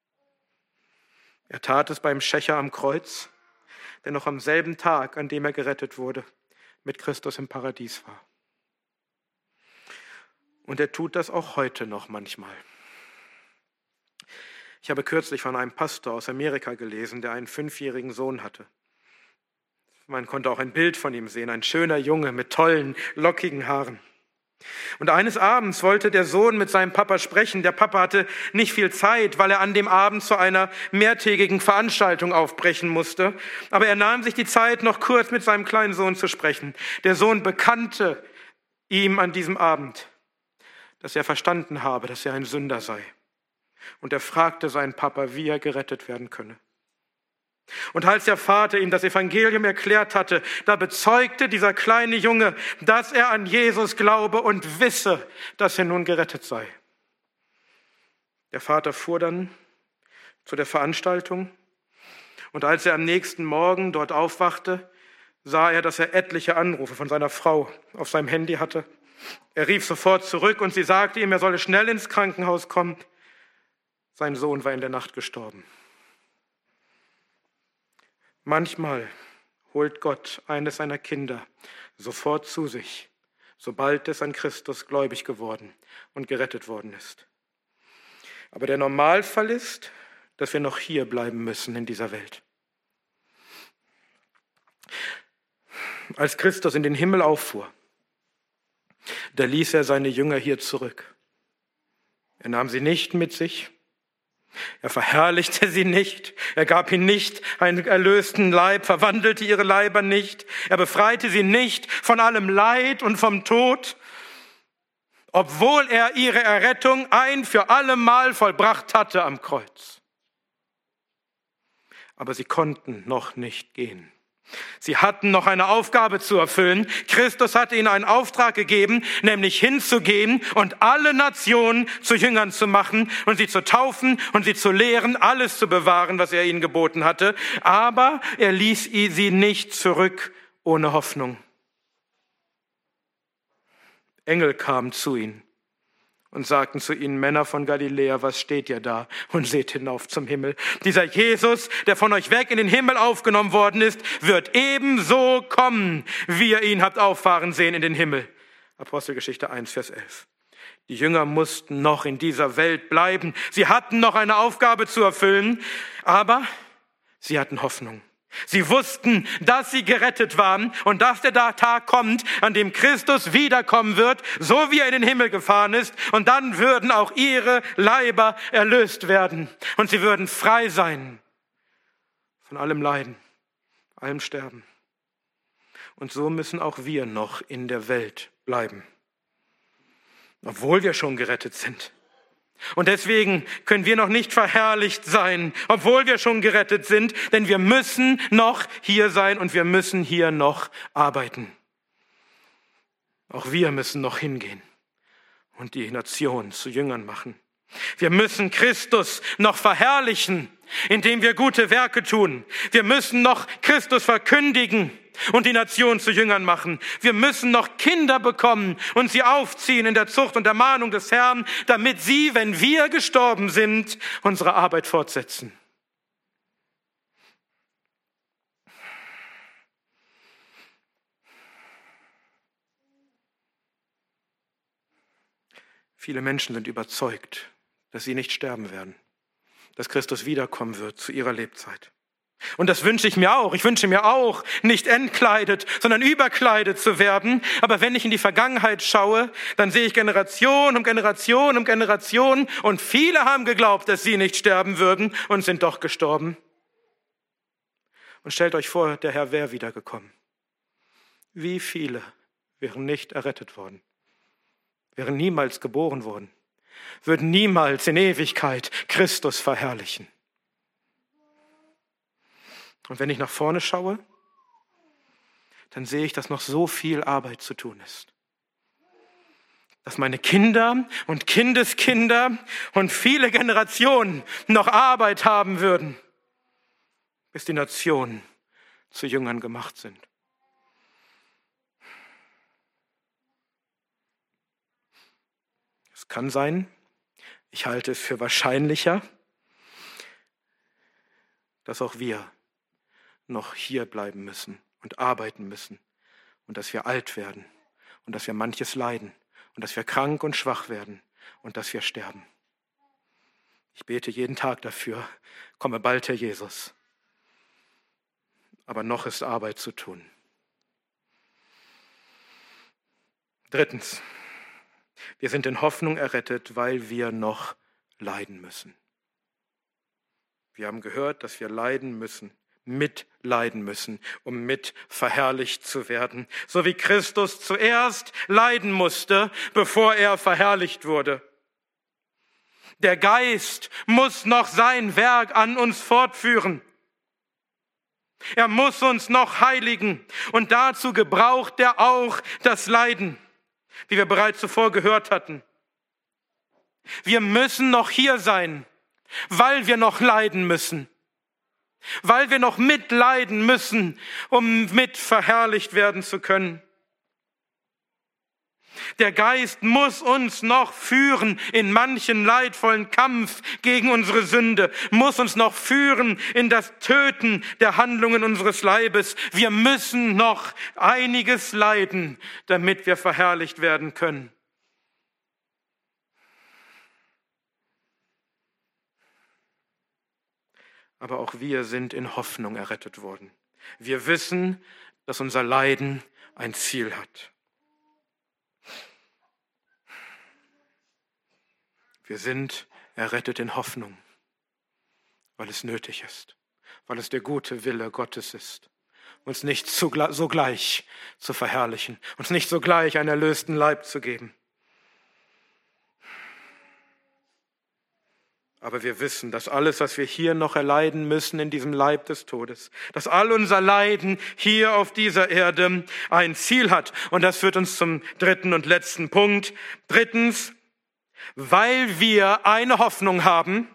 Er tat es beim Schächer am Kreuz, der noch am selben Tag, an dem er gerettet wurde, mit Christus im Paradies war. Und er tut das auch heute noch manchmal. Ich habe kürzlich von einem Pastor aus Amerika gelesen, der einen 5-jährigen Sohn hatte. Man konnte auch ein Bild von ihm sehen, ein schöner Junge mit tollen, lockigen Haaren. Und eines Abends wollte der Sohn mit seinem Papa sprechen. Der Papa hatte nicht viel Zeit, weil er an dem Abend zu einer mehrtägigen Veranstaltung aufbrechen musste. Aber er nahm sich die Zeit, noch kurz mit seinem kleinen Sohn zu sprechen. Der Sohn bekannte ihm an diesem Abend, dass er verstanden habe, dass er ein Sünder sei. Und er fragte seinen Papa, wie er gerettet werden könne. Und als der Vater ihm das Evangelium erklärt hatte, da bezeugte dieser kleine Junge, dass er an Jesus glaube und wisse, dass er nun gerettet sei. Der Vater fuhr dann zu der Veranstaltung und als er am nächsten Morgen dort aufwachte, sah er, dass er etliche Anrufe von seiner Frau auf seinem Handy hatte. Er rief sofort zurück und sie sagte ihm, er solle schnell ins Krankenhaus kommen. Sein Sohn war in der Nacht gestorben. Manchmal holt Gott eines seiner Kinder sofort zu sich, sobald es an Christus gläubig geworden und gerettet worden ist. Aber der Normalfall ist, dass wir noch hier bleiben müssen in dieser Welt. Als Christus in den Himmel auffuhr, da ließ er seine Jünger hier zurück. Er nahm sie nicht mit sich. Er verherrlichte sie nicht, er gab ihnen nicht einen erlösten Leib, verwandelte ihre Leiber nicht, er befreite sie nicht von allem Leid und vom Tod, obwohl er ihre Errettung ein für alle Mal vollbracht hatte am Kreuz. Aber sie konnten noch nicht gehen. Sie hatten noch eine Aufgabe zu erfüllen. Christus hatte ihnen einen Auftrag gegeben, nämlich hinzugehen und alle Nationen zu Jüngern zu machen und sie zu taufen und sie zu lehren, alles zu bewahren, was er ihnen geboten hatte. Aber er ließ sie nicht zurück ohne Hoffnung. Engel kamen zu ihnen und sagten zu ihnen, Männer von Galiläa, was steht ihr da und seht hinauf zum Himmel? Dieser Jesus, der von euch weg in den Himmel aufgenommen worden ist, wird ebenso kommen, wie ihr ihn habt auffahren sehen in den Himmel. Apostelgeschichte 1, Vers 11. Die Jünger mussten noch in dieser Welt bleiben. Sie hatten noch eine Aufgabe zu erfüllen, aber sie hatten Hoffnung. Sie wussten, dass sie gerettet waren und dass der Tag kommt, an dem Christus wiederkommen wird, so wie er in den Himmel gefahren ist. Und dann würden auch ihre Leiber erlöst werden. Und sie würden frei sein von allem Leiden, allem Sterben. Und so müssen auch wir noch in der Welt bleiben, obwohl wir schon gerettet sind. Und deswegen können wir noch nicht verherrlicht sein, obwohl wir schon gerettet sind, denn wir müssen noch hier sein und wir müssen hier noch arbeiten. Auch wir müssen noch hingehen und die Nation zu Jüngern machen. Wir müssen Christus noch verherrlichen, indem wir gute Werke tun. Wir müssen noch Christus verkündigen und die Nation zu Jüngern machen. Wir müssen noch Kinder bekommen und sie aufziehen in der Zucht und Ermahnung des Herrn, damit sie, wenn wir gestorben sind, unsere Arbeit fortsetzen. Viele Menschen sind überzeugt, dass sie nicht sterben werden, dass Christus wiederkommen wird zu ihrer Lebzeit. Und das wünsche ich mir auch. Ich wünsche mir auch, nicht entkleidet, sondern überkleidet zu werden. Aber wenn ich in die Vergangenheit schaue, dann sehe ich Generation um Generation um Generation. Und viele haben geglaubt, dass sie nicht sterben würden und sind doch gestorben. Und stellt euch vor, der Herr wäre wiedergekommen. Wie viele wären nicht errettet worden, wären niemals geboren worden, würden niemals in Ewigkeit Christus verherrlichen. Und wenn ich nach vorne schaue, dann sehe ich, dass noch so viel Arbeit zu tun ist. Dass meine Kinder und Kindeskinder und viele Generationen noch Arbeit haben würden, bis die Nationen zu Jüngern gemacht sind. Es kann sein, ich halte es für wahrscheinlicher, dass auch wir noch hier bleiben müssen und arbeiten müssen und dass wir alt werden und dass wir manches leiden und dass wir krank und schwach werden und dass wir sterben. Ich bete jeden Tag dafür, komme bald, Herr Jesus. Aber noch ist Arbeit zu tun. Drittens, wir sind in Hoffnung errettet, weil wir noch leiden müssen. Wir haben gehört, dass wir leiden müssen, mitleiden müssen, um mit verherrlicht zu werden. So wie Christus zuerst leiden musste, bevor er verherrlicht wurde. Der Geist muss noch sein Werk an uns fortführen. Er muss uns noch heiligen und dazu gebraucht er auch das Leiden, wie wir bereits zuvor gehört hatten. Wir müssen noch hier sein, weil wir noch leiden müssen. Weil wir noch mitleiden müssen, um mit verherrlicht werden zu können. Der Geist muss uns noch führen in manchen leidvollen Kampf gegen unsere Sünde, muss uns noch führen in das Töten der Handlungen unseres Leibes. Wir müssen noch einiges leiden, damit wir verherrlicht werden können. Aber auch wir sind in Hoffnung errettet worden. Wir wissen, dass unser Leiden ein Ziel hat. Wir sind errettet in Hoffnung, weil es nötig ist, weil es der gute Wille Gottes ist, uns nicht sogleich zu verherrlichen, uns nicht sogleich einen erlösten Leib zu geben. Aber wir wissen, dass alles, was wir hier noch erleiden müssen in diesem Leib des Todes, dass all unser Leiden hier auf dieser Erde ein Ziel hat. Und das führt uns zum dritten und letzten Punkt. Drittens, weil wir eine Hoffnung haben,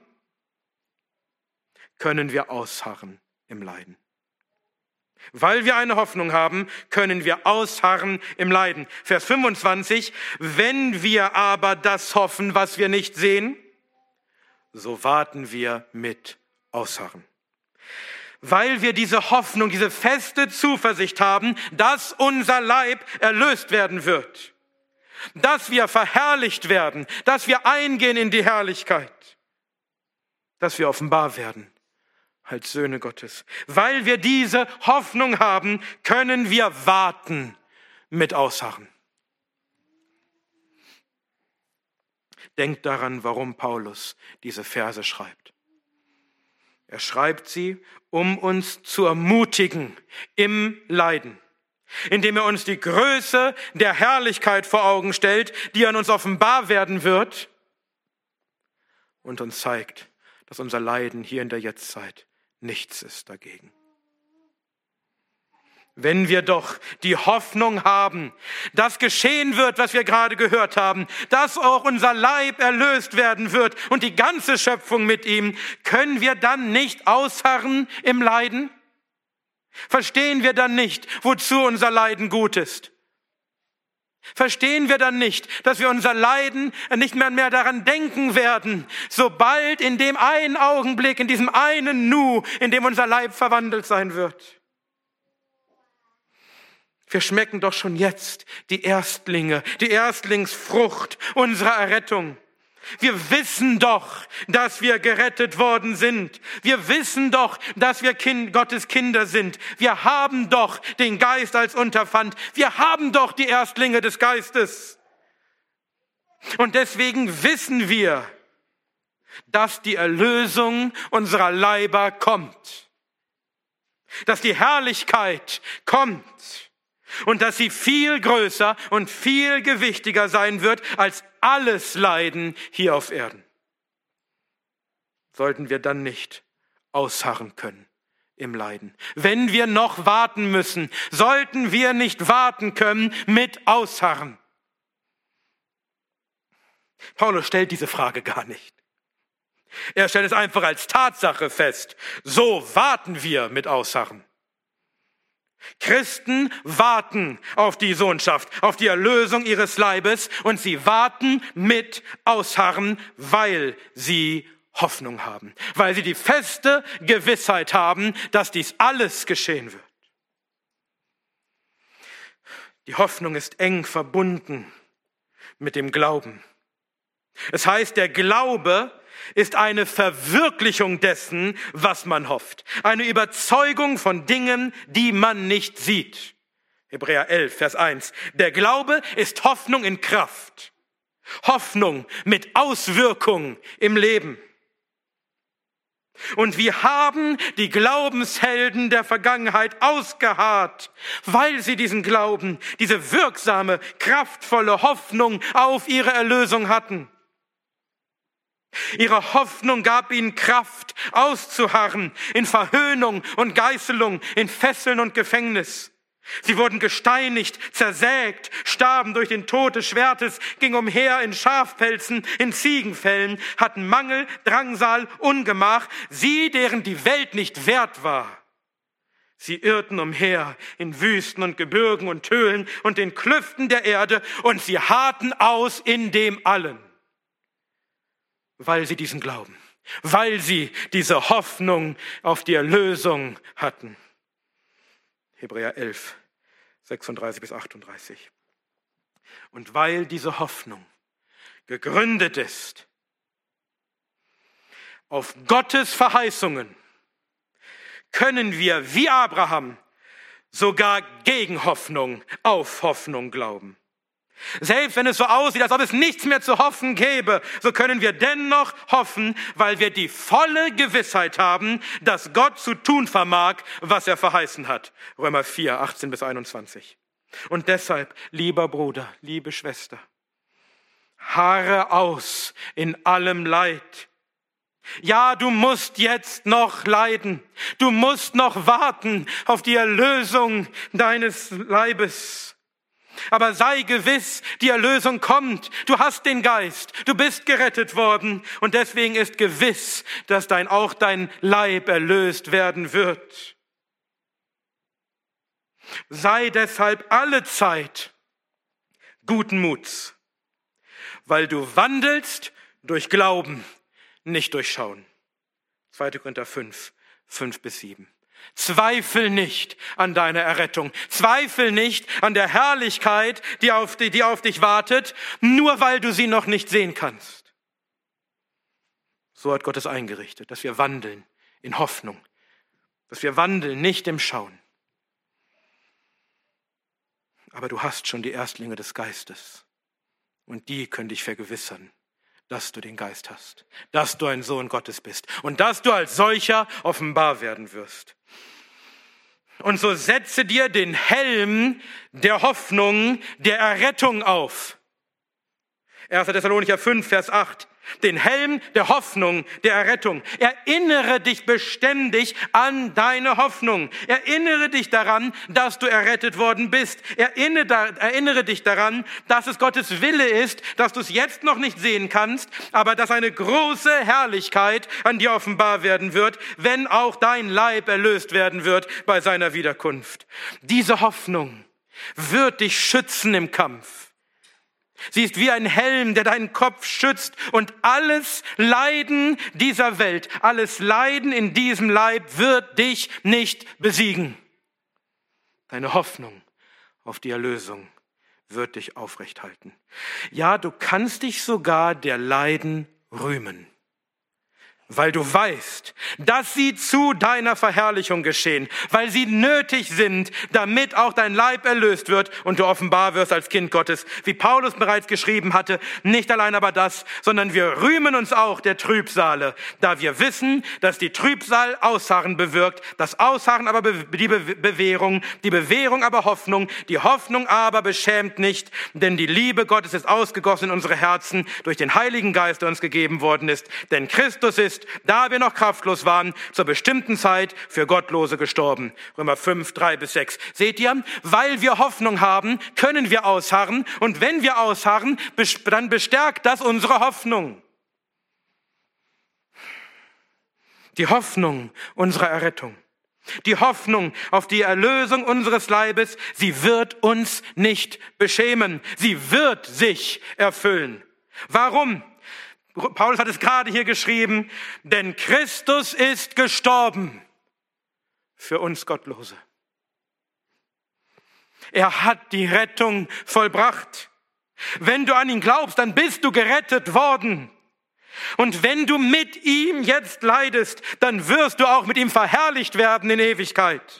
können wir ausharren im Leiden. Weil wir eine Hoffnung haben, können wir ausharren im Leiden. Vers 25, wenn wir aber das hoffen, was wir nicht sehen, so warten wir mit Ausharren. Weil wir diese Hoffnung, diese feste Zuversicht haben, dass unser Leib erlöst werden wird. Dass wir verherrlicht werden, dass wir eingehen in die Herrlichkeit. Dass wir offenbar werden als Söhne Gottes. Weil wir diese Hoffnung haben, können wir warten mit Ausharren. Denkt daran, warum Paulus diese Verse schreibt. Er schreibt sie, um uns zu ermutigen im Leiden, indem er uns die Größe der Herrlichkeit vor Augen stellt, die an uns offenbar werden wird und uns zeigt, dass unser Leiden hier in der Jetztzeit nichts ist dagegen. Wenn wir doch die Hoffnung haben, dass geschehen wird, was wir gerade gehört haben, dass auch unser Leib erlöst werden wird und die ganze Schöpfung mit ihm, können wir dann nicht ausharren im Leiden? Verstehen wir dann nicht, wozu unser Leiden gut ist? Verstehen wir dann nicht, dass wir unser Leiden nicht mehr daran denken werden, sobald in dem einen Augenblick, in diesem einen Nu, in dem unser Leib verwandelt sein wird? Wir schmecken doch schon jetzt die Erstlinge, die Erstlingsfrucht unserer Errettung. Wir wissen doch, dass wir gerettet worden sind. Wir wissen doch, dass wir Gottes Kinder sind. Wir haben doch den Geist als Unterpfand. Wir haben doch die Erstlinge des Geistes. Und deswegen wissen wir, dass die Erlösung unserer Leiber kommt. Dass die Herrlichkeit kommt. Und dass sie viel größer und viel gewichtiger sein wird als alles Leiden hier auf Erden. Sollten wir dann nicht ausharren können im Leiden? Wenn wir noch warten müssen, sollten wir nicht warten können mit Ausharren? Paulus stellt diese Frage gar nicht. Er stellt es einfach als Tatsache fest. So warten wir mit Ausharren. Christen warten auf die Sohnschaft, auf die Erlösung ihres Leibes und sie warten mit Ausharren, weil sie Hoffnung haben, weil sie die feste Gewissheit haben, dass dies alles geschehen wird. Die Hoffnung ist eng verbunden mit dem Glauben. Es heißt, der Glaube ist eine Verwirklichung dessen, was man hofft. Eine Überzeugung von Dingen, die man nicht sieht. Hebräer 11, Vers 1. Der Glaube ist Hoffnung in Kraft. Hoffnung mit Auswirkung im Leben. Und wir haben die Glaubenshelden der Vergangenheit ausgeharrt, weil sie diesen Glauben, diese wirksame, kraftvolle Hoffnung auf ihre Erlösung hatten. Ihre Hoffnung gab ihnen Kraft, auszuharren in Verhöhnung und Geißelung, in Fesseln und Gefängnis. Sie wurden gesteinigt, zersägt, starben durch den Tod des Schwertes, gingen umher in Schafpelzen, in Ziegenfällen, hatten Mangel, Drangsal, Ungemach, sie, deren die Welt nicht wert war. Sie irrten umher in Wüsten und Gebirgen und Höhlen und den Klüften der Erde und sie harrten aus in dem Allen. Weil sie diesen Glauben, weil sie diese Hoffnung auf die Erlösung hatten. Hebräer 11, 36 bis 38. Und weil diese Hoffnung gegründet ist auf Gottes Verheißungen, können wir wie Abraham sogar gegen Hoffnung auf Hoffnung glauben. Selbst wenn es so aussieht, als ob es nichts mehr zu hoffen gäbe, so können wir dennoch hoffen, weil wir die volle Gewissheit haben, dass Gott zu tun vermag, was er verheißen hat. Römer 4, 18 bis 21. Und deshalb, lieber Bruder, liebe Schwester, harre aus in allem Leid. Ja, du musst jetzt noch leiden. Du musst noch warten auf die Erlösung deines Leibes. Aber sei gewiss, die Erlösung kommt. Du hast den Geist, du bist gerettet worden und deswegen ist gewiss, dass auch dein Leib erlöst werden wird. Sei deshalb alle Zeit guten Muts, weil du wandelst durch Glauben, nicht durch Schauen. 2. Korinther 5, 5 bis 7. Zweifel nicht an deiner Errettung. Zweifel nicht an der Herrlichkeit, die auf dich wartet, nur weil du sie noch nicht sehen kannst. So hat Gott es eingerichtet, dass wir wandeln in Hoffnung, dass wir wandeln nicht im Schauen. Aber du hast schon die Erstlinge des Geistes und die können dich vergewissern, dass du den Geist hast, dass du ein Sohn Gottes bist und dass du als solcher offenbar werden wirst. Und so setze dir den Helm der Hoffnung, der Errettung auf. 1. Thessalonicher 5, Vers 8. Den Helm der Hoffnung, der Errettung. Erinnere dich beständig an deine Hoffnung. Erinnere dich daran, dass du errettet worden bist. Erinnere dich daran, dass es Gottes Wille ist, dass du es jetzt noch nicht sehen kannst, aber dass eine große Herrlichkeit an dir offenbar werden wird, wenn auch dein Leib erlöst werden wird bei seiner Wiederkunft. Diese Hoffnung wird dich schützen im Kampf. Sie ist wie ein Helm, der deinen Kopf schützt, und alles Leiden dieser Welt, alles Leiden in diesem Leib wird dich nicht besiegen. Deine Hoffnung auf die Erlösung wird dich aufrecht halten. Ja, du kannst dich sogar der Leiden rühmen, weil du weißt, dass sie zu deiner Verherrlichung geschehen, weil sie nötig sind, damit auch dein Leib erlöst wird und du offenbar wirst als Kind Gottes. Wie Paulus bereits geschrieben hatte, nicht allein aber das, sondern wir rühmen uns auch der Trübsale, da wir wissen, dass die Trübsal Ausharren bewirkt, das Ausharren aber die Bewährung aber Hoffnung, die Hoffnung aber beschämt nicht, denn die Liebe Gottes ist ausgegossen in unsere Herzen durch den Heiligen Geist, der uns gegeben worden ist. Denn Christus ist, da wir noch kraftlos waren, zur bestimmten Zeit für Gottlose gestorben. Römer 5, 3-6. Seht ihr, weil wir Hoffnung haben, können wir ausharren. Und wenn wir ausharren, dann bestärkt das unsere Hoffnung. Die Hoffnung unserer Errettung. Die Hoffnung auf die Erlösung unseres Leibes, sie wird uns nicht beschämen. Sie wird sich erfüllen. Warum? Paulus hat es gerade hier geschrieben, denn Christus ist gestorben für uns Gottlose. Er hat die Rettung vollbracht. Wenn du an ihn glaubst, dann bist du gerettet worden. Und wenn du mit ihm jetzt leidest, dann wirst du auch mit ihm verherrlicht werden in Ewigkeit.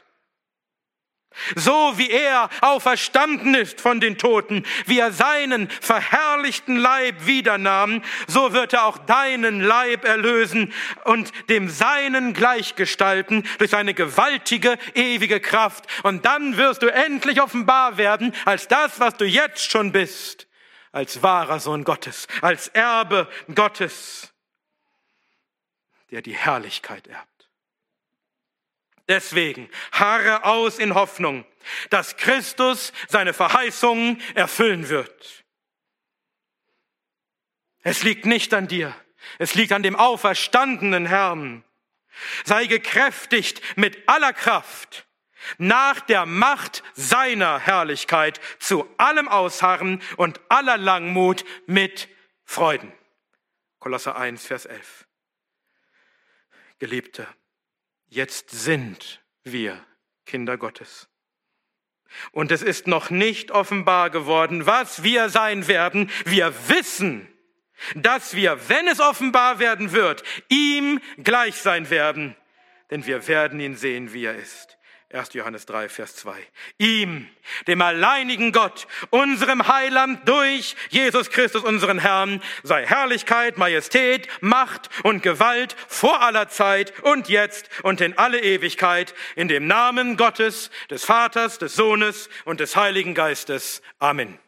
So wie er auferstanden ist von den Toten, wie er seinen verherrlichten Leib wiedernahm, so wird er auch deinen Leib erlösen und dem Seinen gleichgestalten durch seine gewaltige, ewige Kraft. Und dann wirst du endlich offenbar werden als das, was du jetzt schon bist, als wahrer Sohn Gottes, als Erbe Gottes, der die Herrlichkeit erbt. Deswegen harre aus in Hoffnung, dass Christus seine Verheißungen erfüllen wird. Es liegt nicht an dir, es liegt an dem auferstandenen Herrn. Sei gekräftigt mit aller Kraft, nach der Macht seiner Herrlichkeit, zu allem Ausharren und aller Langmut mit Freuden. Kolosser 1, Vers 11. Geliebte, jetzt sind wir Kinder Gottes. Und es ist noch nicht offenbar geworden, was wir sein werden. Wir wissen, dass wir, wenn es offenbar werden wird, ihm gleich sein werden. Denn wir werden ihn sehen, wie er ist. 1. Johannes 3, Vers 2. Ihm, dem alleinigen Gott, unserem Heiland durch Jesus Christus, unseren Herrn, sei Herrlichkeit, Majestät, Macht und Gewalt vor aller Zeit und jetzt und in alle Ewigkeit, in dem Namen Gottes, des Vaters, des Sohnes und des Heiligen Geistes. Amen.